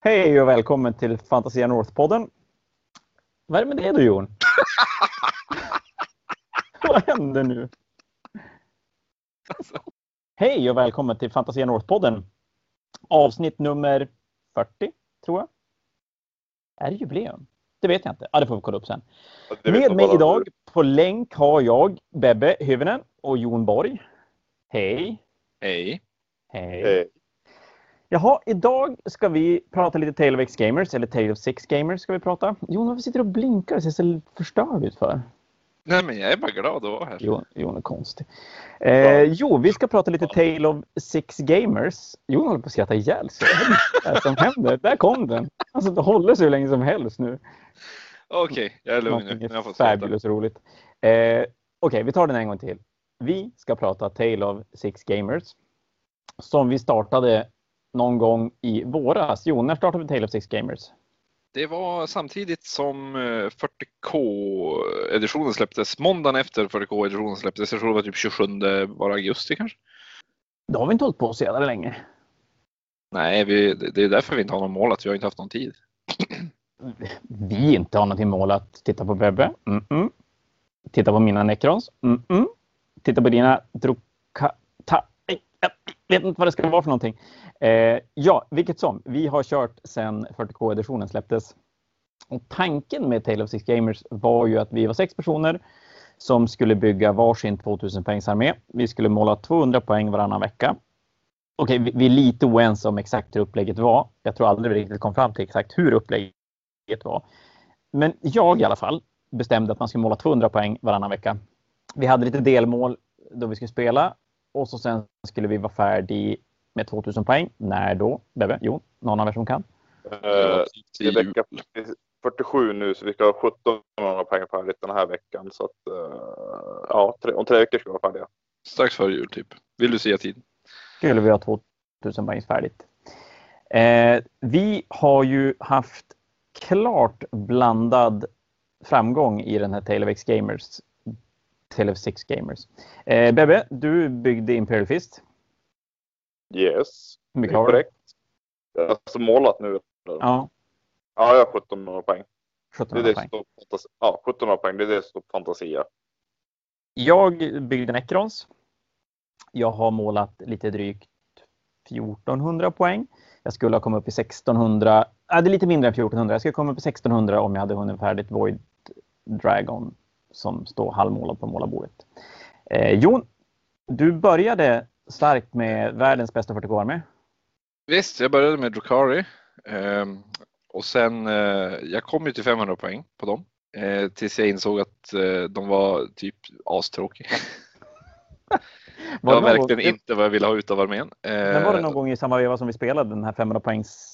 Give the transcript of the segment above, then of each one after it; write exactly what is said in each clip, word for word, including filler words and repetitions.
Hej och välkommen till Fantasia North-podden. Vad är det med det du, Jon? Vad händer nu? Alltså. Hej och välkommen till Fantasia North-podden. Avsnitt nummer fyrtio, tror jag. Är det jubileum? Det vet jag inte. Ja, det får vi kolla upp sen. Med mig idag du. På länk har jag Bebbe Hyvönen och Jon Borg. Hej. Hej. Hej. Hej. Jaha, idag ska vi prata lite Tale of X Gamers, eller Tale of Six Gamers ska vi prata. Jon, varför sitter du och blinkar och ser så förstörd ut för? Nej, men jag är bara glad att vara här. Jon, Jon är konstig. Eh, jo, vi ska prata lite Tale of Six Gamers. Jon håller på att skratta ihjäl sig. Vad är det som händer? Där kom den. Alltså, det håller sig hur länge som helst nu. Okej, okay, jag är lugn nu. Jag får fabulous roligt. Eh, Okej, okay, vi tar den en gång till. Vi ska prata Tale of Six Gamers. Som vi startade någon gång i våras. Jo, när startade vi Tale of Six Gamers? Det var samtidigt som fyrtio K-editionen släpptes. Måndagen efter fyrtio K-editionen släpptes. Jag tror det var typ tjugosjunde var augusti kanske. Då har vi inte hållit på senare länge. Nej, vi, det är därför vi inte har någon mål, att vi har inte haft någon tid. Vi inte har någonting mål att titta på Bebbe. Mm-mm. Titta på mina Necrons. Mm-mm. Titta på dina Druka... Ta... Jag vet inte vad det ska vara för någonting. Eh, ja, vilket som. Vi har kört sedan fyrtio K-editionen släpptes. Och tanken med Tale of Six Gamers var ju att vi var sex personer som skulle bygga varsin tvåtusen poängs armé. Vi skulle måla tvåhundra poäng varannan vecka. Okej, vi, vi är lite oense om exakt hur upplägget var. Jag tror aldrig vi riktigt kom fram till exakt hur upplägget var. Men jag i alla fall bestämde att man skulle måla tvåhundra poäng varannan vecka. Vi hade lite delmål då vi skulle spela. Och så sen skulle vi vara färdig med tvåtusen poäng. När då? Bebbe? Jo, någon av er som kan. Uh, det är vecka fyrtiosju nu, så vi ska ha sjuttonhundra poäng färdigt den här veckan. Så att, uh, ja, tre, om tre veckor ska vi vara färdiga. Strax före jul typ. Vill du se tiden? Skulle vi ha tvåtusen poäng färdigt. Eh, vi har ju haft klart blandad framgång i den här Tale of X Gamers. Tale of Six Gamers. Eh, Bebbe, du byggde Imperial Fist. Yes. Mycket det är korrekt. Jag har alltså målat nu. Ja. Ja, jag har sjuttonhundra poäng. sjuttonhundra poäng. Ja, sjuttonhundra poäng. Det är det som står på Fantasia. Jag byggde Necrons. Jag har målat lite drygt fjortonhundra poäng. Jag skulle ha kommit upp i sextonhundra. Ja, det är lite mindre än fjortonhundra. Jag skulle komma upp i sextonhundra om jag hade hunnit färdigt Void Dragon som står halvmålad på målarbordet. Eh, Jon, du började starkt med världens bästa fyrtio K-armé. Visst, jag började med Drukhari. Eh, och sen, eh, jag kom ju till femhundra poäng på dem. Eh, tills jag insåg att eh, de var typ astråkiga. Det var verkligen gång... inte vad jag ville ha ut av armén. Eh, Men var det någon gång i samma veva som vi spelade den här femhundra poängs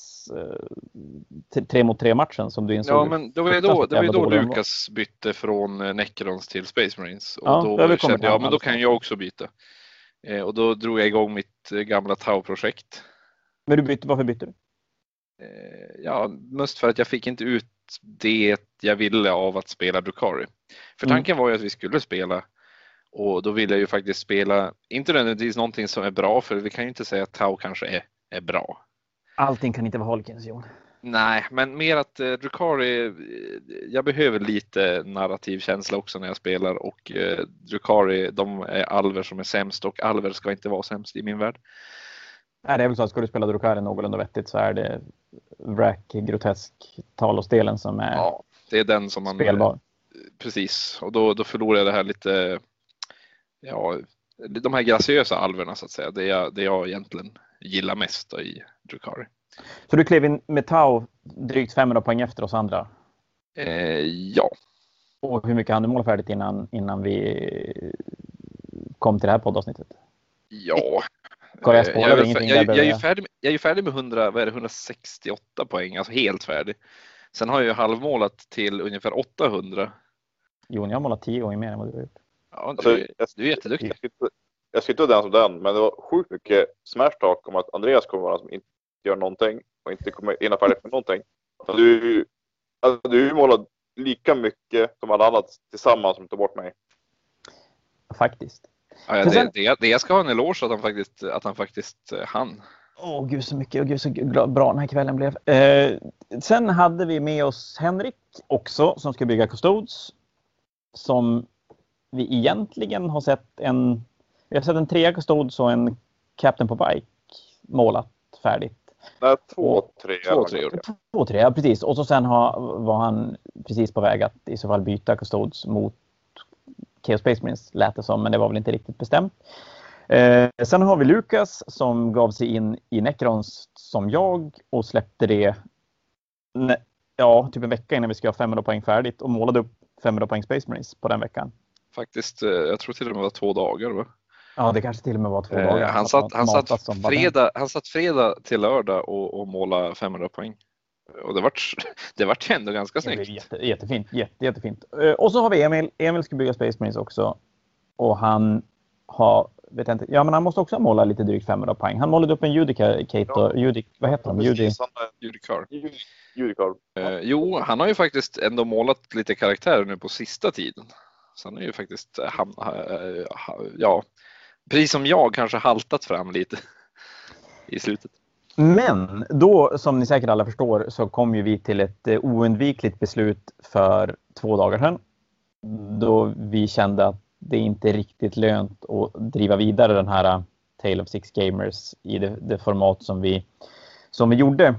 eh, tre mot tre matchen som du insåg? Ja, men det var ju då, det var ju då Lukas bytte från Necrons till Space Marines. Och ja, då kände jag, men då kan jag också byta. Eh, och då drog jag igång mitt gamla Tau-projekt. Men du bytte, varför bytte du? Eh, ja, mest för att jag fick inte ut det jag ville av att spela Drukhari. För tanken mm. var ju att vi skulle spela. Och då vill jag ju faktiskt spela, inte nödvändigtvis någonting som är bra, för vi kan ju inte säga att Tau kanske är, är bra. Allting kan inte vara Holkins, Jon. Nej, men mer att eh, Drukhari, jag behöver lite narrativ känsla också när jag spelar. Och eh, Drukhari, de är alver som är sämst, och alver ska inte vara sämst i min värld. Nej, det är väl så att ska du spela Drukhari någorlunda vettigt så är det Wrack, grotesk Talos-delen som är ja, det är den som man spelbar. Precis, och då, då förlorar jag det här lite, ja, de här graciösa alverna så att säga. Det jag, det jag egentligen gillar mest då i Drukhari. Så du klev in med Tau drygt femhundra poäng efter oss andra? Eh, ja. Och hur mycket hann du måla färdigt innan, innan vi kom till det här poddavsnittet? Ja. Jag, jag, jag, jag, jag, jag, är ju färdig, jag är ju färdig med hundra, vad är det, hundrasextioåtta poäng, alltså helt färdig. Sen har jag ju halvmålat till ungefär åttahundra. Jo, jag har målat tio gånger mer än vad du har gjort. Ja, du, alltså, jag, du är jätteduktig. Jag, jag, jag ska inte vara den som den, men det var sjukt mycket smash talk om att Andreas kommer vara som inte gör någonting och inte kommer in färdigt med någonting. Alltså, du, alltså, du målar lika mycket som alla andra tillsammans som tar bort mig. Faktiskt. Ja, det, det, det jag ska ha en eloge att han faktiskt, att han faktiskt hann. Åh oh, gud så mycket och gud så bra den här kvällen blev. Eh, sen hade vi med oss Henrik också som ska bygga Custodes. Som vi egentligen har sett en, vi har sett en trea Custodes och en Captain på Bike målat färdigt. Nej, två, tre. Två, tre. Två, tre, ja precis. Och så sen har, var han precis på väg att i så fall byta Custodes mot Chaos Space Marines lät det som, men det var väl inte riktigt bestämt. Eh, sen har vi Lukas som gav sig in i Necrons som jag och släppte det ne- ja, typ en vecka innan vi ska ha femhundra poäng färdigt och målade upp femhundra poäng Space Marines på den veckan. Faktiskt, jag tror till och med var två dagar va? Ja, det kanske till och med var två eh, dagar. Han satt, han, satt fredag, han satt fredag till lördag och, och målade femhundra poäng. Och det vart det vart ändå ganska snyggt. Jätte, jättefint, jätte, jättefint. Och så har vi Emil. Emil ska bygga Space Marines också. Och han har, vet jag inte, ja men han måste också måla lite drygt femhundra poäng. Han målade upp en Judicator, ja. Judic, vad heter han? Judic. Judicar. Judicar. Eh, jo, han har ju faktiskt ändå målat lite karaktärer nu på sista tiden. Så han är ju faktiskt ham, ja, precis som jag kanske haltat fram lite i slutet. Men då, som ni säkert alla förstår, så kom ju vi till ett oundvikligt beslut för två dagar sedan. Då vi kände att det inte är riktigt lönt att driva vidare den här Tale of Six Gamers i det, det format som vi, som vi gjorde.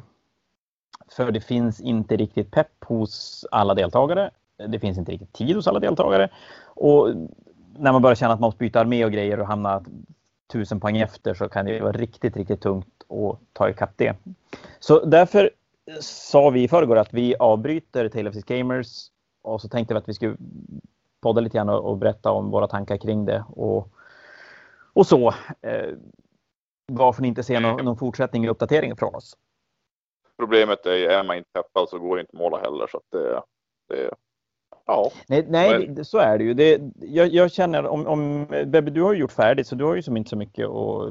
För det finns inte riktigt pepp hos alla deltagare. Det finns inte riktigt tid hos alla deltagare. Och när man börjar känna att man måste byta armé och grejer och hamna tusen poäng efter så kan det vara riktigt, riktigt tungt att ta ikapp det. Så därför sa vi i förrgår att vi avbryter Tale of Six Gamers och så tänkte vi att vi skulle podda lite grann och berätta om våra tankar kring det och, och så. Eh, varför ni inte ser någon, någon fortsättning i uppdateringen från oss. Problemet är, är man inte peppad så går det inte att måla heller så att det, det ja. Nej, nej det, så är det ju. Det, jag, jag känner om, om Bebbe, du har ju gjort färdigt så du har ju som inte så mycket och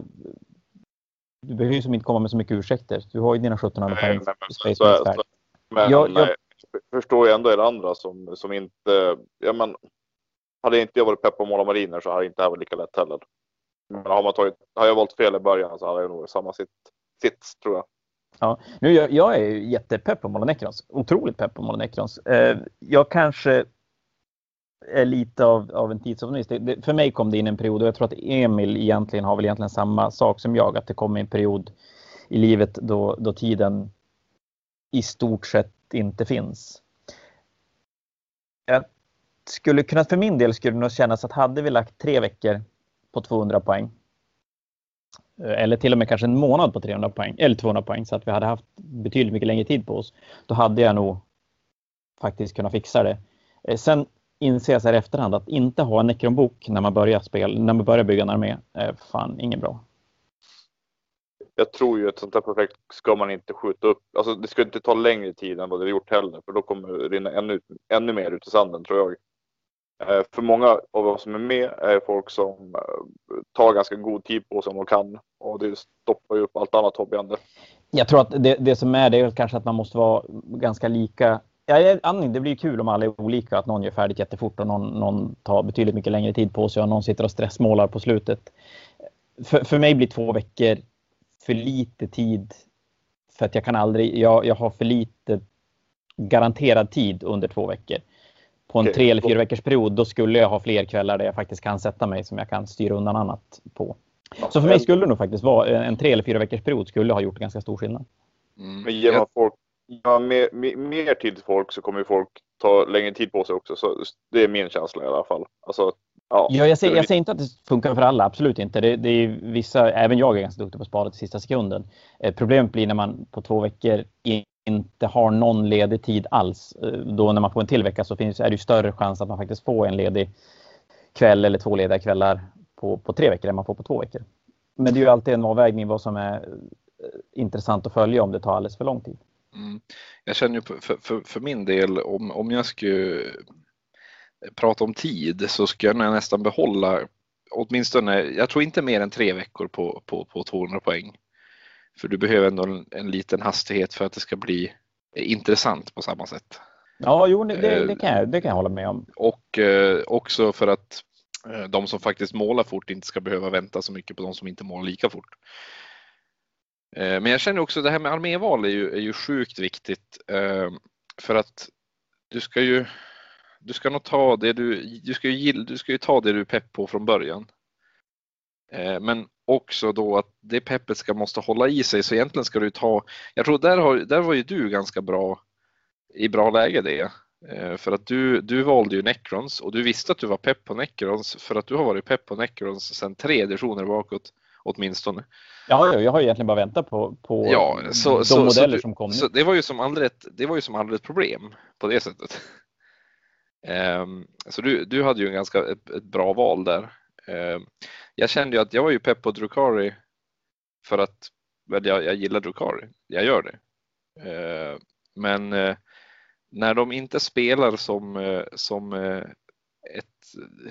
du behöver ju som inte komma med så mycket ursäkter. Du har ju dina sjuttonhundra poäng Space Marines färdigt. Men jag, jag förstår ju ändå er andra som, som inte, ja men hade inte jag varit pepp på att måla mariner så hade inte det här varit lika lätt heller. Men har man tagit, har jag valt fel i början så hade jag nog samma sitt, sitt tror jag. Ja, nu jag, jag är ju jättepepp på måla Necrons. Otroligt pepp på måla Necrons. Eh, jag kanske är lite av, av en tidsoptimist. Det, det, för mig kom det in en period och jag tror att Emil egentligen har väl egentligen samma sak som jag. Att det kommer en period i livet då, då tiden i stort sett inte finns. Jag skulle kunna, för min del skulle det nog kännas att hade vi lagt tre veckor på tvåhundra poäng eller till och med kanske en månad på trehundra poäng eller tvåhundra poäng så att vi hade haft betydligt mycket längre tid på oss, då hade jag nog faktiskt kunnat fixa det. Sen inser jag så här i efterhand att inte ha en Necron-bok när man börjar spela, när man börjar bygga en armé är fan ingen bra. Jag tror ju att ett sånt här projekt ska man inte skjuta upp. Alltså det ska inte ta längre tid än vad det har gjort heller. För då kommer det rinna ännu, ännu mer ut i sanden tror jag. Eh, för många av oss som är med är folk som eh, tar ganska god tid på sig om de kan. Och det stoppar ju upp allt annat hobbyande. Jag tror att det, det som är det är kanske att man måste vara ganska lika. Ja, det blir kul om alla är olika. Att någon gör färdigt jättefort och någon, någon tar betydligt mycket längre tid på sig. Och någon sitter och stressmålar på slutet. För, för mig blir två veckor för lite tid för att jag kan aldrig, jag, jag har för lite garanterad tid under två veckor. På en okay. tre eller fyra veckors period då skulle jag ha fler kvällar där jag faktiskt kan sätta mig som jag kan styra undan annat på. Ja, så för mig skulle det nog faktiskt vara en tre eller fyra veckors period skulle ha gjort ganska stor skillnad. Mm. Men ger man folk ja, mer, mer, mer tid till folk så kommer ju folk ta längre tid på sig också. Så det är min känsla i alla fall. Alltså Ja, ja, jag, säger, jag säger inte att det funkar för alla, absolut inte. Det, det är vissa, även jag är ganska duktig på att spara till sista sekunden. Eh, problemet blir när man på två veckor inte har någon ledig tid alls. Eh, då när man får en till vecka så finns, är det ju större chans att man faktiskt får en ledig kväll eller två lediga kvällar på, på tre veckor än man får på två veckor. Men det är ju alltid en avvägning vad som är intressant att följa om det tar alldeles för lång tid. Mm. Jag känner ju för, för, för min del om, om jag skulle prata om tid så ska jag nästan behålla åtminstone, jag tror inte mer än tre veckor på, på, på tvåhundra poäng. För du behöver ändå en, en liten hastighet för att det ska bli intressant på samma sätt. Ja, jo, det, det, kan, jag, det kan jag hålla med om. Och eh, också för att eh, de som faktiskt målar fort inte ska behöva vänta så mycket på de som inte målar lika fort. Men jag känner också att det här med arméval är ju, är ju sjukt viktigt. För att du ska ju du ska nog ta det du du ska ju du ska ju ta det du är pepp på från början. Men också då att det peppet ska måste hålla i sig, så egentligen ska du ta, jag tror där har där var ju du ganska bra i bra läge det. För att du du valde ju Necrons och du visste att du var pepp på Necrons för att du har varit pepp på Necrons sedan tre editioner bakåt åtminstone. Ja, jag har ju egentligen bara väntat på, på ja, så, de så, modeller så du, som kom nu. Så det var ju som aldrig ett, det var ju som aldrig ett problem på det sättet. Um, så du, du hade ju en ganska ett, ett bra val där. Um, jag kände ju att jag var ju pepp på Drukhari för att väl, jag, jag gillar Drukhari. Jag gör det. Uh, men uh, när de inte spelar som, uh, som uh, ett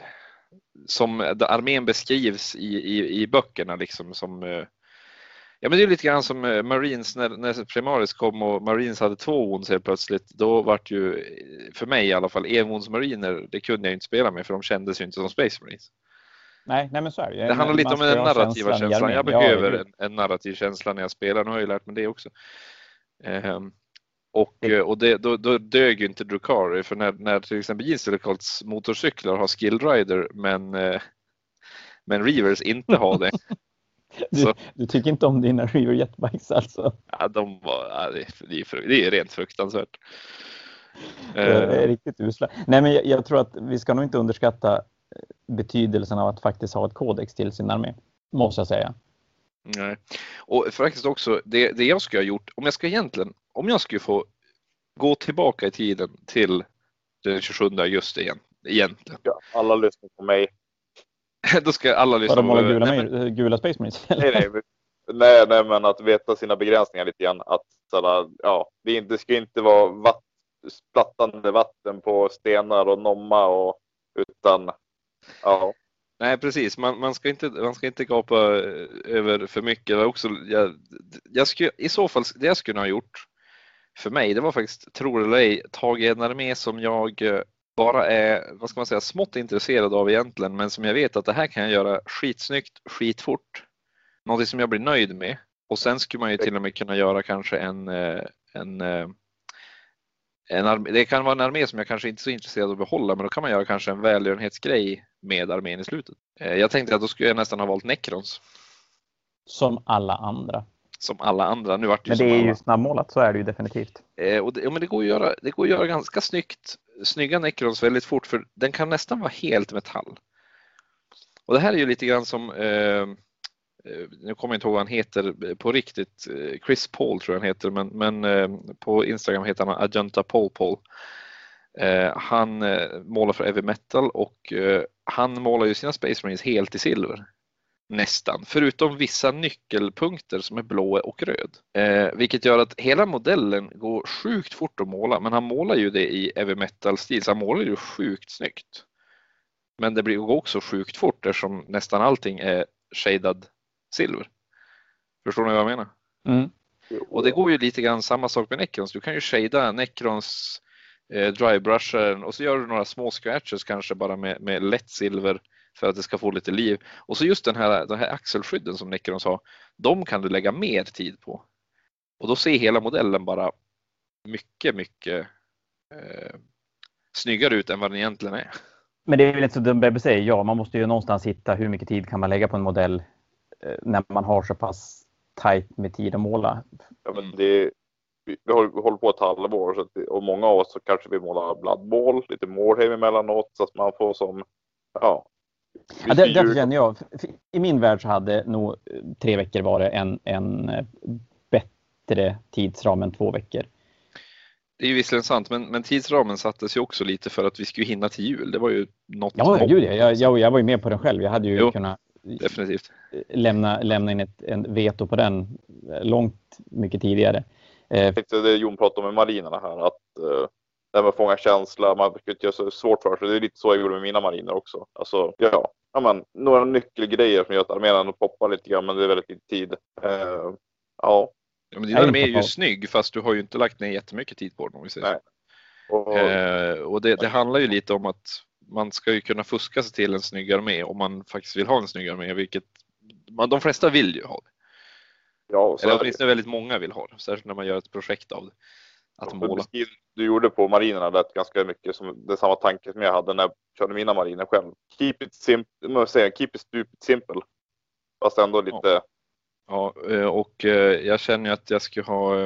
som armén beskrivs i, i, i böckerna liksom som uh, ja, men det är lite grann som Marines när, när Primaris kom och Marines hade två wounds helt plötsligt. Då vart ju, för mig i alla fall, en wounds mariner, det kunde jag inte spela med för de kändes ju inte som Space Marines. Nej, nej men så är det. Det handlar lite om den narrativa känslan. känslan. Jag behöver ja, en, en narrativ känsla när jag spelar. Nu har jag lärt mig det också. Um, och det. och det, då, då dög ju inte Drukhari. För när, när till exempel Ginstelicots motorcyklar har Skilled Rider men, uh, men Reavers inte har det. Du, du tycker inte om dina Reaver Jetbikes alltså? Ja, de var, ja, det, är, det är rent fruktansvärt. Det är riktigt usla. Nej, men jag, jag tror att vi ska nog inte underskatta betydelsen av att faktiskt ha ett kodex till sin armé, måste jag säga. Nej. Och faktiskt också, det, det jag skulle ha gjort, om jag ska egentligen, om jag skulle få gå tillbaka i tiden till den tjugosjunde augusti igen, egentligen. Ja, alla lyssnar på mig. Då ska alla lyssna på mig. Gula, nej, men... gula Space Marines? nej, nej, nej, nej, men att veta sina begränsningar lite grann. Att sådär, ja, det, inte, det ska inte vara vatt, splattande vatten på stenar och nomma och utan, ja. Nej, precis. Man, man, ska inte, man ska inte gapa över för mycket. Också, jag, jag skulle, i så fall, det jag skulle ha gjort för mig, det var faktiskt, tror eller ej, tagit en armé som jag bara är, vad ska man säga, smått intresserad av egentligen, men som jag vet att det här kan jag göra skitsnyggt, skitfort. Någonting som jag blir nöjd med. Och sen skulle man ju till och med kunna göra kanske en, en, en armé, det kan vara en armé som jag kanske inte är så intresserad av att behålla, men då kan man göra kanske en välgörenhetsgrej med armén i slutet. Jag tänkte att då skulle jag nästan ha valt Necrons. Som alla andra. Som alla andra. Nu vart det men det ju är alla. Ju snabbmålat, så är det ju definitivt. Eh, och det, ja, men det går att göra, det går att göra ganska snyggt, snygga Necrons väldigt fort, för den kan nästan vara helt metall. Och det här är ju lite grann som, eh, nu kommer jag inte ihåg vad han heter på riktigt, Chris Paul tror jag han heter, men, men eh, på Instagram heter han Agenta Paul Paul. Eh, han eh, målar för Heavy Metal och eh, han målar ju sina Space Marines helt i silver. Nästan, förutom vissa nyckelpunkter som är blå och röd. Eh, vilket gör att hela modellen går sjukt fort att måla. Men han målar ju det i heavy metal-stil, så han målar ju sjukt snyggt. Men det blir också sjukt fort eftersom nästan allting är shaded silver. Förstår ni vad jag menar? Mm. Och det går ju lite grann samma sak med Necrons. Du kan ju shada Necrons eh, drybrushen och så gör du några små scratches kanske bara med, med lätt silver för att det ska få lite liv. Och så just den här, den här axelskydden som Necrons har, de kan du lägga mer tid på. Och då ser hela modellen bara mycket, mycket eh, snyggare ut än vad den egentligen är. Men det är väl inte så dumt Bebbe säger, ja, man måste ju någonstans hitta hur mycket tid kan man lägga på en modell eh, när man har så pass tajt med tid att måla. Ja, men det, vi, vi håller på ett halvår så att, och många av oss så kanske vi målar Blood Bowl, lite Mordheim emellanåt så att man får som, ja. Ja, det, därför känner jag, i min värld så hade nog tre veckor varit en, en bättre tidsram än två veckor. Det är ju visserligen sant, men, men tidsramen sattes ju också lite för att vi skulle hinna till jul. Det var ju något. Ja, gud, jag, jag, jag var ju med på den själv. Jag hade ju jo, kunnat definitivt lämna, lämna in ett en veto på den långt mycket tidigare. Jag tänkte det Jon pratade om med marinerna här, att uh, det här med att fånga känsla, man brukar inte göra så svårt för sig. Det är lite så jag gjorde med mina mariner också. Alltså, ja, ja men, några nyckelgrejer som gör att armén poppar lite grann, men det är väldigt lite tid. Uh, ja. Ja, men din armé är ju snygg, fast du har ju inte lagt ner jättemycket tid på den, om vi säger. Nej. Och, eh, och det, det handlar ju lite om att man ska ju kunna fuska sig till en snygg armé om man faktiskt vill ha en snygg armé, vilket man, de flesta vill ju ha det. Ja, så Eller är det. åtminstone väldigt många vill ha det. Särskilt när man gör ett projekt av det. Att Ja, måla. beskrivningen du gjorde på marinerna lät ganska mycket som det samma tanke som jag hade när jag körde mina mariner själv. Keep it simple, måste säga, keep it stupid simple. Fast ändå lite... Ja. Ja, och jag känner ju att jag ska ha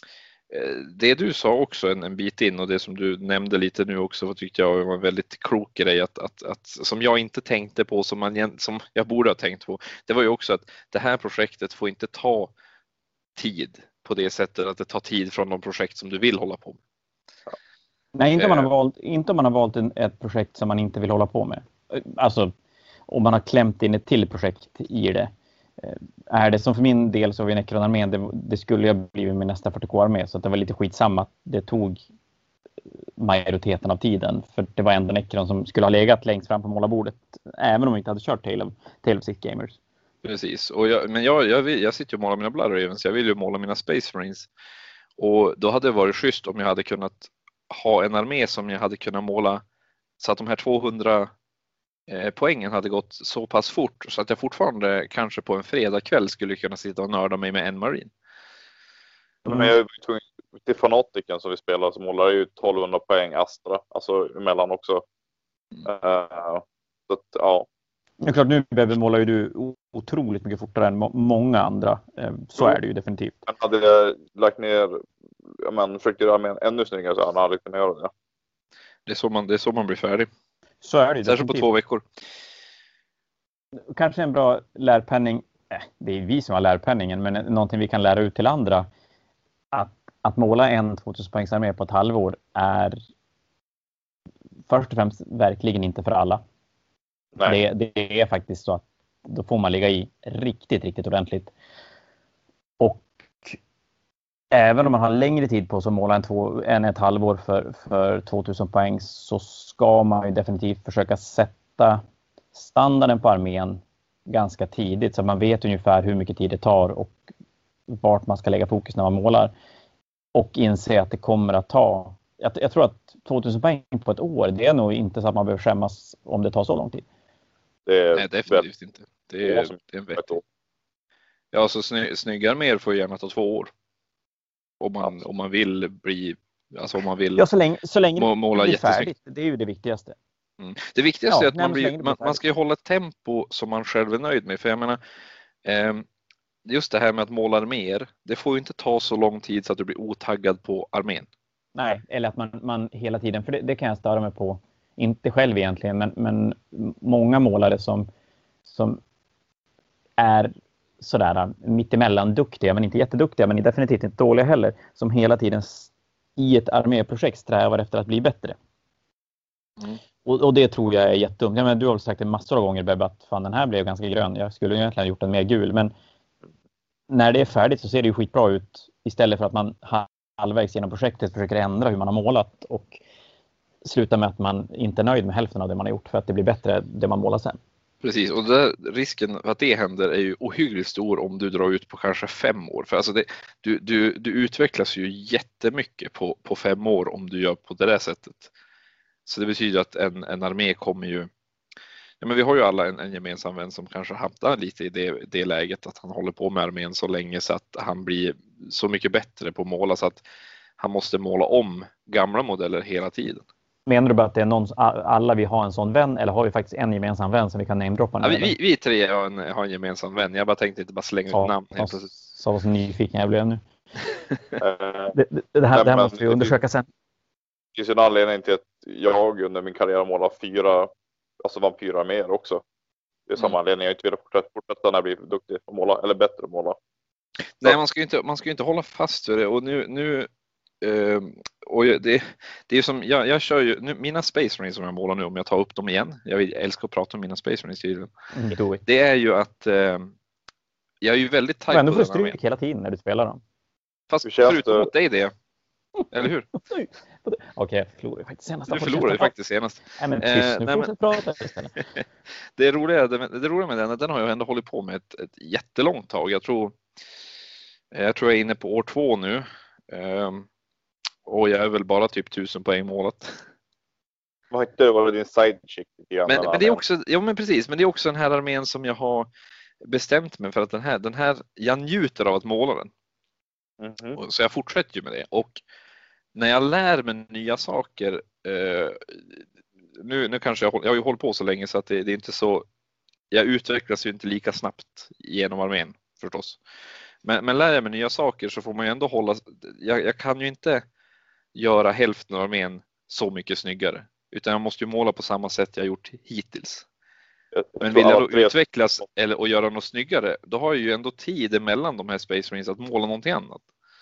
det du sa också en, en bit in, och det som du nämnde lite nu också, vad tyckte jag var en väldigt klok grej att, att, att, som jag inte tänkte på, som, man, som jag borde ha tänkt på. Det var ju också att det här projektet får inte ta tid på det sättet att det tar tid från de projekt som du vill hålla på med. Nej, inte om man har valt, inte om man har valt en, ett projekt som man inte vill hålla på med. Alltså om man har klämt in ett till projekt i det. Är det som för min del så var Necron-armén, det, det skulle jag blivit med nästa fyrtio K-armé, så att det var lite skitsamma att det tog majoriteten av tiden, för det var ändå Necron som skulle ha legat längst fram på målarbordet, även om vi inte hade kört Tale of, Tale of Sith Gamers. Precis, och jag, men jag, jag, vill, jag sitter ju och målar mina Blood Ravens, jag vill ju måla mina Space Marines, och då hade det varit schysst om jag hade kunnat ha en armé som jag hade kunnat måla så att de här tvåhundra eh, poängen hade gått så pass fort så att jag fortfarande kanske på en fredagkväll skulle kunna sitta och nörda mig med en marin. Mm. Men jag är tvungen till fanatiken som vi spelar, så målar ju tolvhundra poäng Astra, alltså emellan också. Mm. Uh, så att, ja. Det är klart, nu behöver måla ju du otroligt mycket fortare än må- många andra. Så mm. är det ju definitivt. Men hade jag lagt ner, ja, men försökt göra med ännu snyggare så hade jag aldrig kunnat göra det. Det är så man, det är så man blir färdig. Så är det ju. Särskilt på två veckor. Kanske en bra lärpenning. Eh, det är vi som har lärpenningen, men någonting vi kan lära ut till andra. Att, att måla en tvåtusen poängs armé på ett halvår är först och främst verkligen inte för alla. Det, det är faktiskt så att då får man ligga i riktigt, riktigt ordentligt. Och även om man har längre tid på sig att måla en två, än ett halvår för, för tvåtusen poäng, så ska man ju definitivt försöka sätta standarden på armén ganska tidigt, så att man vet ungefär hur mycket tid det tar och vart man ska lägga fokus när man målar. Och inse att det kommer att ta, jag, jag tror att tvåtusen poäng på ett år, det är nog inte så att man behöver skämmas om det tar så lång tid. Det är Nej, definitivt inte. Det är, det är en vettig. Ja, så sny, snygga arméer får gärna ta två år. Om man, ja. om man vill bli, alltså om man vill ja, så länge, så länge må, måla det blir färdigt. Det är ju det viktigaste. Mm. Det viktigaste ja, är att man, blir, man, man ska ju hålla ett tempo som man själv är nöjd med. För jag menar, eh, just det här med att måla arméer, det får ju inte ta så lång tid så att du blir otaggad på armén. Nej, eller att man, man hela tiden, för det, det kan jag störa mig på. Inte själv egentligen, men, men många målare som, som är sådär mittemellan duktiga, men inte jätteduktiga, men definitivt inte dåliga heller, som hela tiden i ett arméprojekt strävar efter att bli bättre. Mm. Och, och det tror jag är jättedumt. Ja, men du har sagt det massor av gånger, Bebbe, att fan, den här blev ganska grön. Jag skulle egentligen ha gjort den mer gul, men när det är färdigt så ser det ju skitbra ut, istället för att man halvvägs genom projektet försöker ändra hur man har målat och sluta med att man inte är nöjd med hälften av det man har gjort för att det blir bättre det man målar sen. Precis, och där, risken att det händer är ju ohyggligt stor om du drar ut på kanske fem år. För alltså det, du, du, du utvecklas ju jättemycket på, på fem år om du gör på det där sättet. Så det betyder att en, en armé kommer ju... Ja, men vi har ju alla en, en gemensam vän som kanske hamnar lite i det, det läget att han håller på med armén så länge så att han blir så mycket bättre på att måla så att han måste måla om gamla modeller hela tiden. Menar du bara att det är någon, alla vi har en sån vän, eller har vi faktiskt en gemensam vän som vi kan namedroppa? Ja, vi, vi, vi tre har en, har en gemensam vän. Jag bara tänkte inte bara slänga så, ut namn. Så, så vad så nyfiken jag blev nu. det, det, det här, det här måste vi undersöka sen. Det finns en anledning till att jag under min karriär målar fyra alltså vampyrarméer också. Det är samma mm. anledning. Jag inte vill fortsätta, fortsätta när jag blir duktig att måla, eller bättre att måla. Nej, man ska ju inte, man ska ju inte hålla fast vid det. Och nu, nu Uh, och det, det är som jag, jag kör ju nu, mina Space Marines som jag målar nu, om jag tar upp dem igen, jag vill, älskar att prata om mina Space Marines tydligen. Mm, det är ju att uh, jag är ju väldigt tajt. Men du får stryk hela tiden när du spelar dem. Fast förutom mot dig det. Eller hur? Okej, okay, jag förlorade faktiskt senast. Du förlorade ju faktiskt senast. Nej, men tyst, nu uh, nej, men... prata istället. det, roliga, det, det roliga med den, den har jag ändå hållit på med ett, ett jättelångt tag. Jag tror jag tror jag är inne på år två nu. Um, Och jag är väl bara typ tusen poäng målat. Vad inte var det din sidechick? Men, men det är också, ja men precis, men det är också den här armén som jag har bestämt mig för att den här, den här, jag njuter av att måla den. Mm-hmm. Så jag fortsätter ju med det. Och när jag lär mig nya saker, eh, nu, nu kanske jag, jag har ju hållit på så länge så att det, det är inte så, jag utvecklas ju inte lika snabbt genom armén förstås. Men, men lär jag mig nya saker så får man ju ändå hålla, jag, jag kan ju inte göra hälften av armén så mycket snyggare. Utan jag måste ju måla på samma sätt jag gjort hittills. Jag, jag men vill jag då tre... utvecklas eller och göra något snyggare, då har jag ju ändå tid mellan de här Space Marines att måla någonting annat.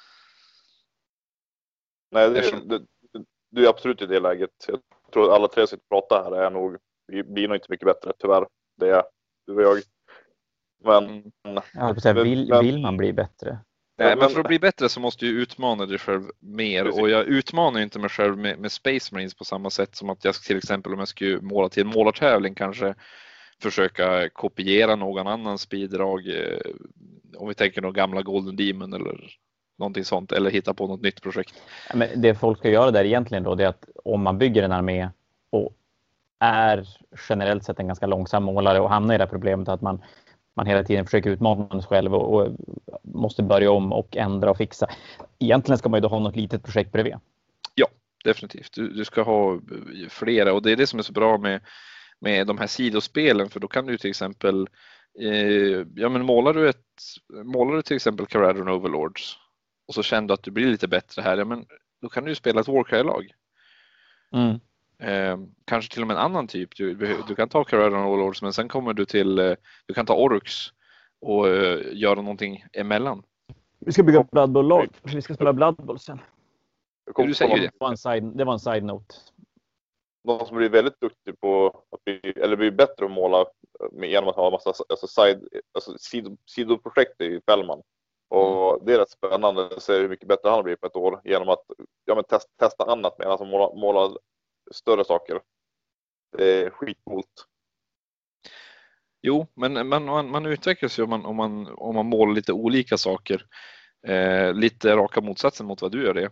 Nej, det, Eftersom... det, det, du är absolut i det läget. Jag tror att alla tre sitter och pratar här är nog, vi blir nog inte mycket bättre tyvärr. Det är du och jag. Men, mm. jag säga, vill, men, vill man bli bättre? Nej, men för att bli bättre så måste du utmana dig själv mer. Precis. Och jag utmanar inte mig själv med, med Space Marines på samma sätt som att jag till exempel om jag skulle måla till en målartävling kanske försöka kopiera någon annans bidrag. Eh, om vi tänker någon gamla Golden Demon eller någonting sånt. Eller hitta på något nytt projekt. Men det folk ska göra där egentligen då, det är att om man bygger en armé och är generellt sett en ganska långsam målare och hamnar i det problemet att man man hela tiden försöker utmana sig själv och, och måste börja om och ändra och fixa. Egentligen ska man ju då ha något litet projekt bredvid. Ja, definitivt. Du, du ska ha flera och det är det som är så bra med, med de här sidospelen, för då kan du till exempel eh, ja men målar du ett målar du till exempel Kharadron Overlords och så känner du att du blir lite bättre här, ja men då kan du ju spela ett Warcry-lag. Mm. Eh, kanske till och med en annan typ. Du, du kan ta Kharadron Overlords men sen kommer du till eh, du kan ta Orux och eh, göra någonting emellan. Vi ska bygga Blood Bowl-lag. Vi ska spela Blood Bowl sen. Du säger det. Det var en side, det var en side note. Någon som blir väldigt duktig på att bli, eller blir bättre att måla med, genom att ha en massa alltså side, alltså sid, sidoprojekt i Fällman. Och mm. det är rätt spännande att se hur mycket bättre han blir på ett år genom att ja, men test, testa annat med alltså måla, måla större saker. Det är skitcoolt. Jo, men man, man, man utvecklas ju om man, om man, om man målar lite olika saker. Eh, lite raka motsatsen mot vad du gör det.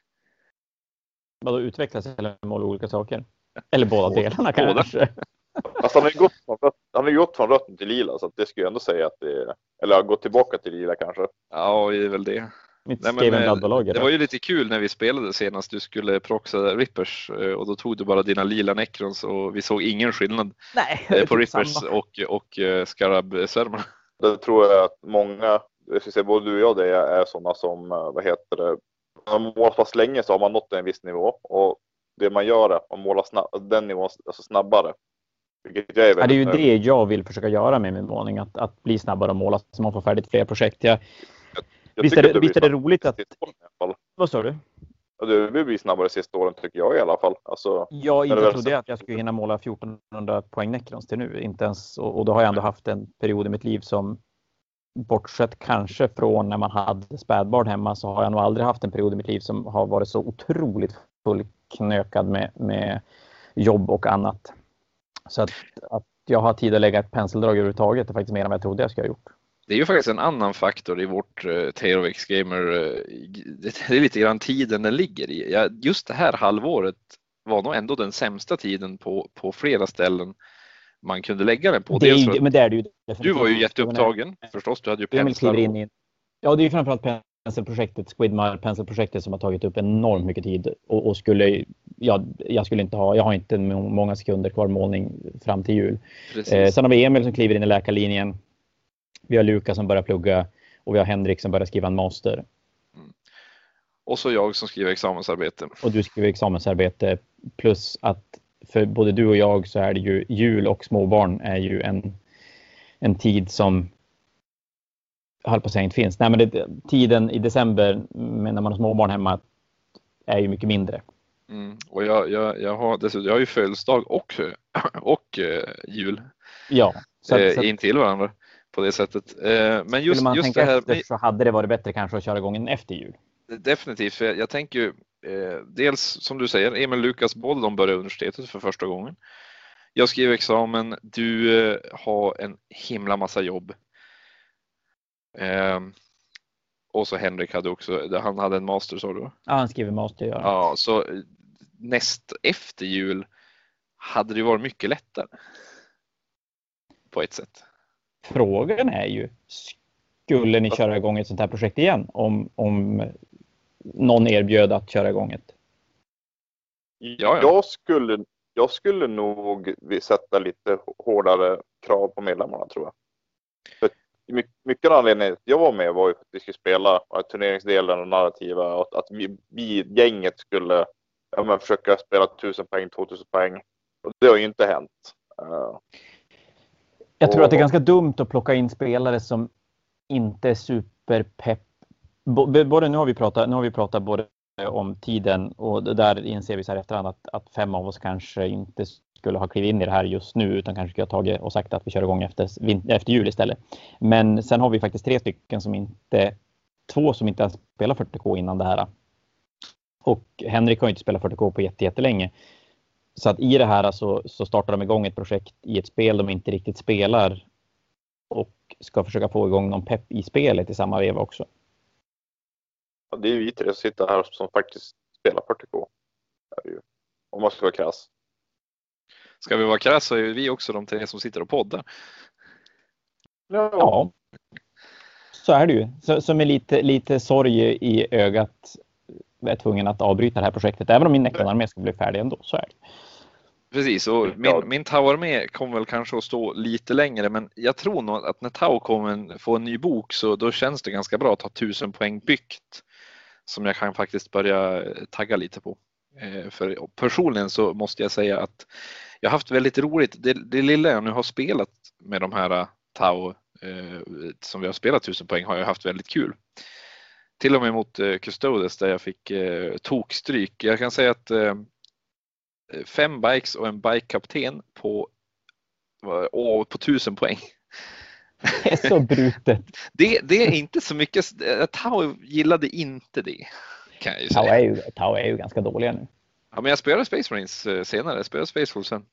Vadå utvecklas eller måla olika saker? Eller båda delarna kanske? Alltså han har ju gått från, han har gått från rött till lila så att det skulle jag ändå säga att det eller har gått tillbaka till lila kanske. Ja, det är väl det. Nej, men, det var ju lite kul när vi spelade senast. Du skulle proxa Rippers och då tog du bara dina lila Necrons och vi såg ingen skillnad. Nej, på Rippers samma. och, och Scarab-serverna. Det tror jag att många, jag ska säga både du och jag det är sådana som, vad heter det, man målar fast länge så har man nått en viss nivå och det man gör är att man målar snabb, den nivån alltså snabbare. Jag är ja, det är ju det jag vill försöka göra med min målning, att, att bli snabbare och måla så man får färdigt fler projekt. Jag, jag, jag visst är det, visst är det roligt att... Vad sa du? Ja, det vill bli snabbare sista åren tycker jag i alla fall. Alltså, jag inte trodde jag att jag skulle hinna måla fjortonhundra poäng Necrons till nu. Inte ens, och, och då har jag ändå haft en period i mitt liv som bortsett kanske från när man hade spädbarn hemma så har jag nog aldrig haft en period i mitt liv som har varit så otroligt fullknökad med, med jobb och annat. Så att, att jag har tid att lägga ett penseldrag överhuvudtaget är faktiskt mer än vad jag trodde jag skulle ha gjort. Det är ju faktiskt en annan faktor i vårt uh, T R X Gamer. Uh, det är lite grann tiden den ligger i. Ja, just det här halvåret var nog ändå den sämsta tiden på, på flera ställen man kunde lägga den på. Det är ju, men det är det ju du var ju jätteupptagen förstås. Du hade ju penslar. Och... In. Ja, det är ju framförallt penselprojektet, Squidmire penselprojektet som har tagit upp enormt mycket tid och, och skulle ja, jag skulle inte ha, jag har inte många sekunder kvar målning fram till jul. Eh, sen har vi Emil som kliver in i läkarlinjen. Vi har Lukas som börjar plugga och vi har Henrik som börjar skriva en master. Mm. Och så jag som skriver examensarbete. Och du skriver examensarbete plus att för både du och jag så är det ju jul och småbarn är ju en, en tid som jag höll på att säga inte finns. Nej, men det, tiden i december när man har småbarn hemma är ju mycket mindre. Mm. Och jag, jag, jag, har, dessutom, jag har ju födelsedag och, och uh, jul ja, så att, eh, så att, in till varandra på det sättet. Eh, men just, man just det här efter, så hade det varit bättre kanske att köra igång efter jul. Definitivt, för jag, jag tänker ju eh, dels som du säger, Emil Lukas Boll, de börjar universitetet för första gången. Jag skriver examen, du eh, har en himla massa jobb. Eh, och så Henrik hade också, han hade en master sa du? Ja, han skriver master. Ja, ja så näst efter jul hade det varit mycket lättare. På ett sätt. frågan är ju, skulle ni köra igång ett sånt här projekt igen om, om någon erbjöd att köra igång ett? Ja, ja. Jag, skulle, jag skulle nog sätta lite hårdare krav på medlemmarna, tror jag. För mycket av anledningen att jag var med var ju att vi skulle spela turneringsdelen och narrativa, och att, att vi, vi gänget skulle ja, men försöka spela tusen poäng, tvåtusen poäng. Och det har ju inte hänt. Uh, jag tror och, att det är ganska dumt att plocka in spelare som inte är superpepp. Både nu har vi pratat, nu har vi pratat både om tiden, och där inser vi så här efterhand att, att fem av oss kanske inte skulle ha klivit in i det här just nu, utan kanske skulle ha tagit och sagt att vi kör igång efter, efter jul istället. Men sen har vi faktiskt tre stycken som inte, två som inte har spelat fyrtio K innan det här. Och Henrik har inte spelat fyrtio K på jätte, jättelänge. Så att i det här så, så startar de igång ett projekt i ett spel de inte riktigt spelar och ska försöka få igång någon pepp i spelet i samma veva också. Ja, det är ju vi tre som sitter här som faktiskt spelar fyrtio K. Om man ska vara krass. Ska vi vara krass så är vi också de tre som sitter och poddar. Ja, ja. Så är det ju. Så, så med lite, lite sorg i ögat är tvungen att avbryta det här projektet. Även om min Necron-armé ska bli färdig ändå, så är det. Precis, och min, min Tau-armé kommer väl kanske att stå lite längre, men jag tror nog att när Tau kommer få en ny bok så då känns det ganska bra att ha tusen poäng byggt som jag kan faktiskt börja tagga lite på. För personligen så måste jag säga att jag har haft väldigt roligt. Det, det lilla jag nu har spelat med de här Tau eh, som vi har spelat tusen poäng har jag haft väldigt kul. Till och med mot eh, Custodes där jag fick eh, tokstryk. Jag kan säga att eh, fem bikes och en bike-kapten på, åh, på tusen poäng. Det är så brutet. det, det är inte så mycket. Tau gillade inte det. Kan jag ju säga. Tau är ju, Tau är ju ganska dåliga nu. Ja, men jag spelade Space Marines senare. Jag spelade Space Wolves sen.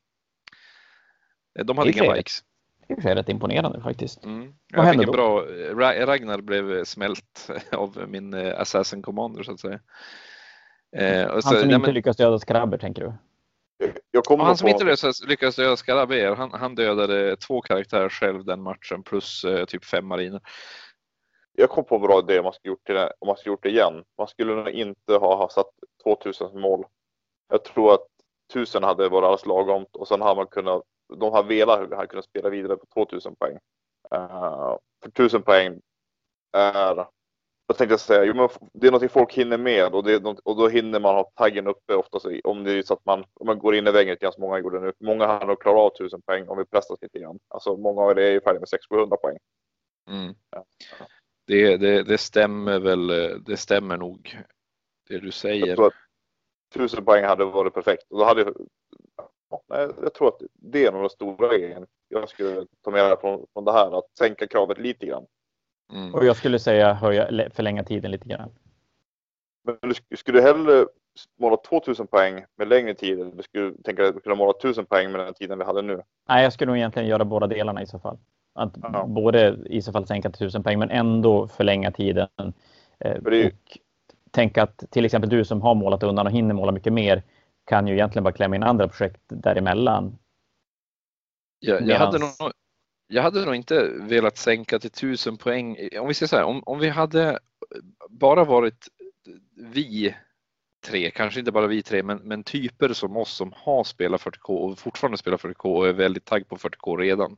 De hade inga bikes. Det är rätt imponerande faktiskt. Mm. Jag fick en bra, Ragnar blev smält av min Assassin Commander så att säga. Eh, och så, han som ja, inte men, lyckas döda skrabber, tänker du? Jag han som på... inte lyckas döda skrabber, han, han dödade två karaktärer själv den matchen plus eh, typ fem mariner. Jag kom på en bra idé om man skulle gjort det, om man skulle gjort det igen. Man skulle nog inte ha, ha satt tvåtusen som mål. Jag tror att tusen hade varit alldeles lagom, och sen har man kunnat, de har velat har kunnat spela vidare på tvåtusen poäng. Uh, för tusen poäng är, jag tänkte säga, jo, men det är något folk hinner med, och, det är något, och då hinner man ha taggen uppe oftast, om det är så att man, om man går in i väggen ganska många gjorde nu. Många har nog klarat av tusen poäng om vi pressar lite grann. Alltså många av er är ju färdiga med sex hundra poäng. Mm. Ja. Det, det, det stämmer väl, det stämmer nog det du säger. Jag tror att tusen poäng hade varit perfekt. Och då hade jag, ja, jag tror att det är nog den stora grejen. Jag skulle ta med från, från det här, att sänka kravet lite grann. Mm. Och jag skulle säga höja, förlänga tiden lite grann. Men du skulle hellre måla tvåtusen poäng med längre tid, eller du skulle tänka att du kunde måla tusen poäng med den tiden vi hade nu? Nej, jag skulle nog egentligen göra båda delarna i så fall. Att ja. Både i så fall sänka till tusen poäng, men ändå förlänga tiden. Eh, ju... Och tänka att till exempel du som har målat undan och hinner måla mycket mer kan ju egentligen bara klämma in andra projekt däremellan. Ja, jag, Medans... hade nog, jag hade nog inte velat sänka till tusen poäng. Om vi säger så här, om, om vi hade bara varit vi tre, kanske inte bara vi tre, men, men typer som oss som har spelat fyrtio K och fortfarande spelar fyrtio K och är väldigt tagg på fyrtio K redan.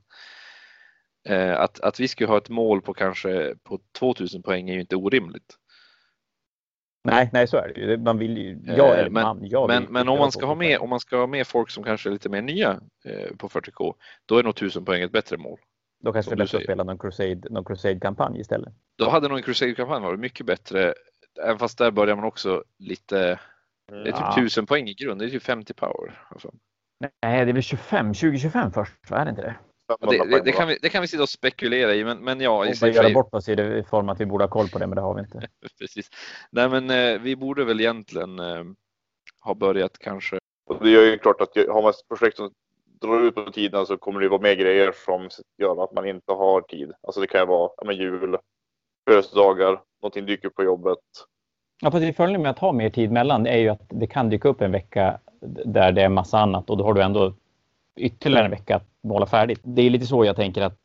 Att, att vi skulle ha ett mål på kanske på tvåtusen poäng är ju inte orimligt. Nej, nej så är det ju. Man vill ju, jag är men, man, jag men, men om man ska ha med om man ska ha med folk som kanske är lite mer nya eh, på fyrtio K, då är nog tusen poäng ett bättre mål. Då kanske det är bättre att spela någon Crusade, någon Crusade-kampanj istället. Då hade nog en Crusade-kampanj varit mycket bättre. Även fast där börjar man också lite, det är typ ja. tusen poäng i grund, det är typ femtio power. Alltså. Nej, det är väl tjugofem, tjugo tjugofem först, vad är det inte det? Det, det, det, kan vi, det kan vi sitta och spekulera i, men, men ja. Vi ska göra bort oss i det form att vi borde ha koll på det, men det har vi inte. Precis. Nej, men eh, vi borde väl egentligen eh, ha börjat kanske. Och det är ju klart att har man ett projekt som drar ut på tiden så kommer det vara mer grejer som gör att man inte har tid. Alltså det kan ju vara ja, men jul, födelsedagar, någonting dyker upp på jobbet. Ja, precis. Fördelen med att ha mer tid mellan är ju att det kan dyka upp en vecka där det är massa annat, och då har du ändå ytterligare en vecka att måla färdigt. Det är lite så jag tänker att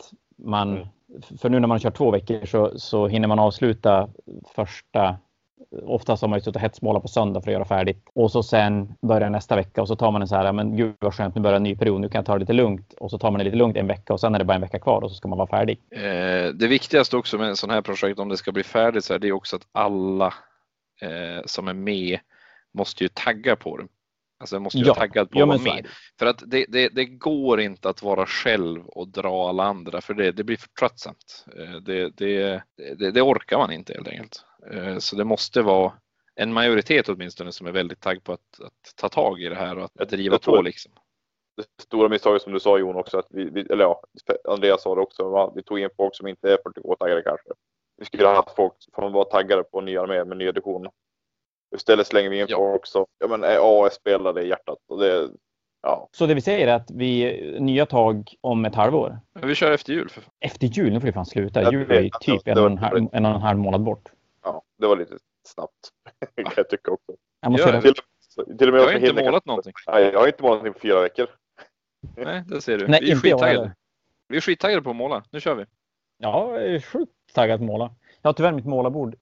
man, Mm. för nu när man kör två veckor så, så hinner man avsluta första, oftast har man ju suttit och hetsmåla på söndag för att göra färdigt. Och så sen börjar nästa vecka och så tar man en så här, men gud vad skönt, nu börjar en ny period, nu kan jag ta det lite lugnt. Och så tar man det lite lugnt en vecka och sen är det bara en vecka kvar och så ska man vara färdig. Eh, det viktigaste också med en sån här projekt, om det ska bli färdigt, så är det är också att alla eh, som är med måste ju tagga på det. Alltså måste ju Ja, vara taggad på ja, att vara men så är med. det. För att det, det, det går inte att vara själv och dra alla andra, för det, det blir för tröttsamt. Eh, det, det, det, det orkar man inte helt enkelt. Eh, så det måste vara en majoritet åtminstone som är väldigt tagg på att, att ta tag i det här och att Jag- driva jag tror- på liksom. Det stora misstaget som du sa, Jon, också, att vi, vi eller ja, Andreas sa det också, va? Vi tog in folk som inte är fyrtiotvå-taggade kanske. Vi skulle ha haft folk som var taggade på nya arméer med nya editioner. Istället slänger vi in Ja. folk som ja, men är A S-spelare i hjärtat. Och det, ja. Så det vi säger är att vi nya tag om ett halvår. Men vi kör efter jul. För... Efter jul, nu får vi fan sluta. Ja, Jul det- är ju typ det en var- och en halv, en och en halv månad bort. Ja, det var lite snabbt. kan jag tycka också. Jag måste Ja, göra... Till, till och med Jag har för inte Hilde målat kan- någonting. Nej, jag har inte målat någonting på fyra veckor. Nej, det ser du. Nej, vi är inte jag skittaggade. heller. Vi är skittaggade på att måla. Nu kör vi. Ja, jag är sjukt taggad att måla. Jag har tyvärr mitt målarbord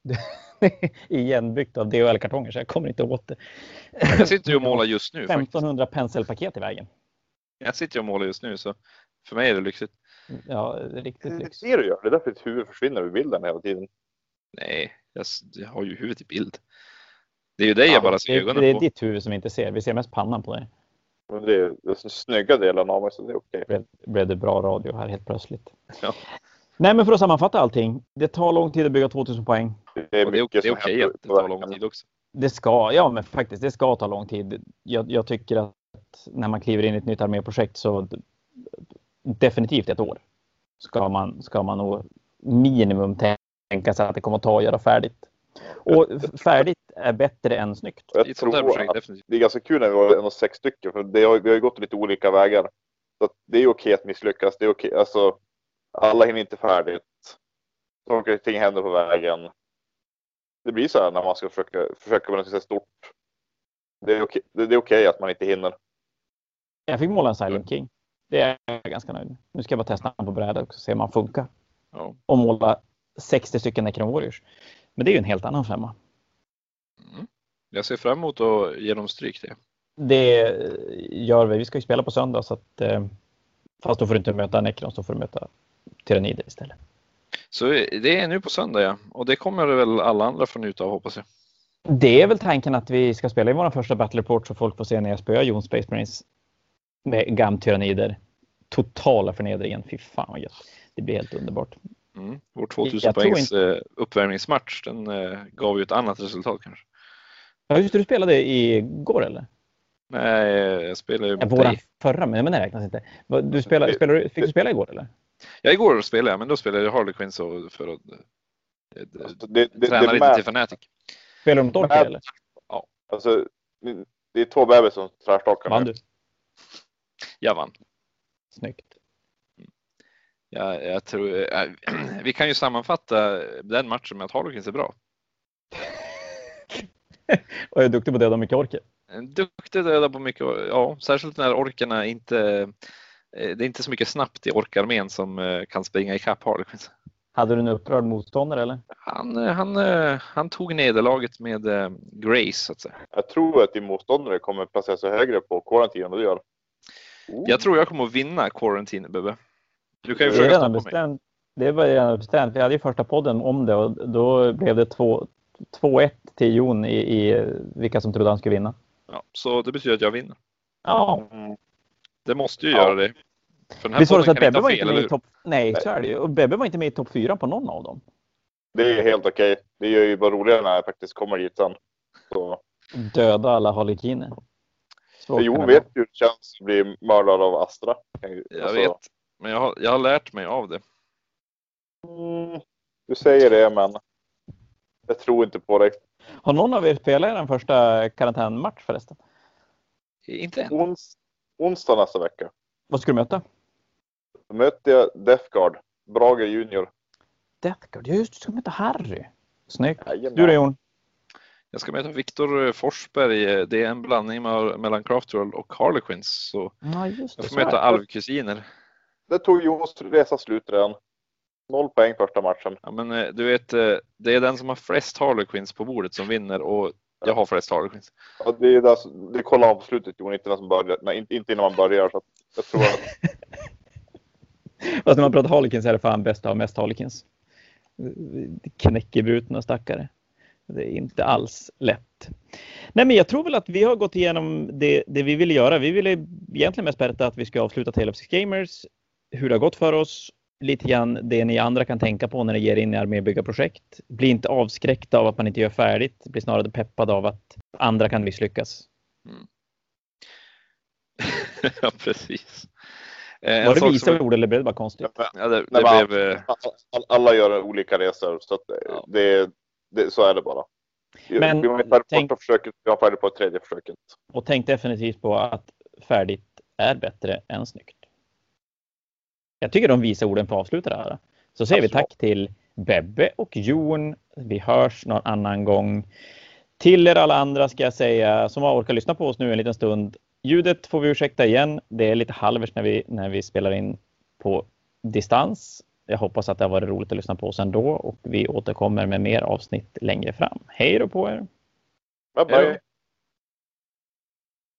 igenbyggt av D H L-kartonger så jag kommer inte åt det. Jag sitter ju och målar just nu. Faktiskt. femtonhundra penselpaket i vägen. Jag sitter ju och målar just nu, så för mig är det lyxigt. Ja, riktigt Det lyx. ser du gör. Det är därför ditt huvud försvinner ur bilden hela tiden. Nej, jag, s- jag har ju huvudet i bild. Det är ju dig Ja, jag bara ser Det, ögonen det är på. ditt huvud som vi inte ser. Vi ser mest pannan på dig. Men det är den snygga delen av mig, så det är okej. Blev, blev det bra radio här helt plötsligt. Ja. Nej, men för att sammanfatta allting. Det tar lång tid att bygga tvåtusen poäng. Det är Och det är, mycket det är som okej händer att det på tar lång vägen. tid också. Det ska, ja men faktiskt, det ska ta lång tid. Jag, jag tycker att när man kliver in i ett nytt arméprojekt så d- definitivt ett år ska man, ska man nog minimum tänka sig att det kommer att ta att göra färdigt. Och f- färdigt är bättre än snyggt. Jag I ett sånt här tror projekt att definitivt. det är ganska kul när vi var ändå sex stycken, för det har, vi har ju gått lite olika vägar. Så att det är okej att misslyckas. Det är okej. Alltså, alla hinner inte färdigt. Saker och ting händer på vägen. Det blir så här när man ska försöka, försöka med något så stort. Det är okej, det, det är okej att man inte hinner. Jag fick måla en Silent King. Det är jag ganska nöjd med. Nu ska jag bara testa den på bräda också och se om man funkar. Ja. Och måla sextio stycken Necron Warriors. Men det är ju en helt annan femma. Mm. Jag ser fram emot att ge dem stryk det. Det gör vi. Vi ska ju spela på söndag så att eh, fast då får du inte möta Necrons, då får du möta Tyrannider istället. Så det är nu på söndag, ja. Och det kommer väl alla andra få njuta av, hoppas jag. Det är väl tanken att vi ska spela i vår första Battle Report så folk får se när jag spöar Jon Space Marines med Gam Tyrannider. Totala förnedringen. Fy fan vad gött. Det blir helt underbart. Mm. Vår tvåtusen Jag tror poängs eh, uppvärmningsmatch, den eh, gav ju ett annat resultat kanske. Ja, just det, du spelade igår eller? Nej, jag spelade ju Ja, mot våran dig. förra, men det räknas inte. Vad- Du spelade, spelade, fick du spela igår eller? Ja, igår spelade jag, men då spelade jag Harley Quinn så för att eh, eh, Alltså, det, det, träna det, lite det, till Fnatic. Spelade du mot Orker Men- eller? alltså, det är två bebisar som trashtalkar Vann nu. du? Jag vann. Snyggt. Jag, jag tror, äh, vi kan ju sammanfatta den matchen med att Harley Quinn är bra. Och jag är duktig på att döda mycket Orker. En duktig döda på mycket, ja, särskilt när orkarna inte, eh, det är inte så mycket snabbt i orkarmén som eh, kan springa i kapp Harley Quinn. Hade du en upprörd motståndare eller? Han, eh, han, eh, han tog nederlaget med eh, Grace så att säga. Jag tror att din motståndare kommer placera sig högre på quarantine än vad du gör. Oh. Jag tror jag kommer att vinna Quarantine, Bubbe. Du kan ju Det är försöka redan stoppa mig. bestämt. Det var redan bestämt. Vi hade ju första podden om det och då blev det två ett till Jon i, i vilka som trodde han skulle vinna. Ja, så det betyder att jag vinner. Ja, Mm. Det måste ju Ja. göra det. För den här visst var det så podden att kan Bebbe inte var ha inte fel, med eller i hur? topp... Nej, så är det ju. Och Bebbe var inte med i topp fyra på någon av dem. Det är helt okej. Det gör ju bara roligare när jag faktiskt kommer dit sen. Så. Döda alla harlekiner. Så Jo, kan det vet vara. ju hur det känns att bli mördad av Astra. Jag Alltså, vet, men jag har, jag har lärt mig av det. Mm, du säger det, men jag tror inte på dig. Har någon av er spelat i den första karantänmatch förresten? Inte än. Ons, onsdag nästa vecka. Vad ska du möta? Då möter jag Death Guard. Brage Junior. Death Guard. Ja, just det. Du ska möta Harry. Snyggt. Jajamän. Du då, Jon? Jag ska möta Viktor Forsberg. Det är en blandning med, mellan Craft World och Harlequins. Så Ja, just det. jag får så är möta det. alvkusiner. det tog Jons resa slut redan. Noll poäng första matchen. Ja, men eh, du vet, eh, det är den som har flest Harlequins på bordet som vinner och jag har flest Harlequins. Ja, det är det, det kollar man på slutet, Jon, inte, som börjar, nej, inte, inte innan man börjar. Så att jag tror att... Fast när man pratar Harlequins är det fan bäst att ha mest Harlequins. Knäckebrutna stackare. Det är inte alls lätt. Nej, men jag tror väl att vi har gått igenom det, det vi ville göra. Vi ville egentligen mest berätta att vi ska avsluta Tale of Six Gamers. Hur det har gått för oss. Lite grann det ni andra kan tänka på när ni ger in i armébyggarprojekt. Bli inte avskräckta av att man inte gör färdigt. Bli snarare peppad av att andra kan misslyckas. Mm. Ja, precis. Eh, Var det visa som... ord eller blev det bara konstigt? Ja, det, det Nej, blev... Alla gör olika resor, så att Ja. det, det, så är det bara. Men vi var inte färdigt på tänk... första försöket, vi var färdigt på ett tredje försöket. Och tänk definitivt på att färdigt är bättre än snyggt. Jag tycker de visar orden på avsluta det här. Så säger vi tack till Bebbe och Jon. Vi hörs någon annan gång. Till er alla andra ska jag säga, som har orkat lyssna på oss nu en liten stund. Ljudet får vi ursäkta igen. Det är lite halvers när vi, när vi spelar in på distans. Jag hoppas att det har varit roligt att lyssna på oss ändå. Och vi återkommer med mer avsnitt längre fram. Hej då på er! Bye bye!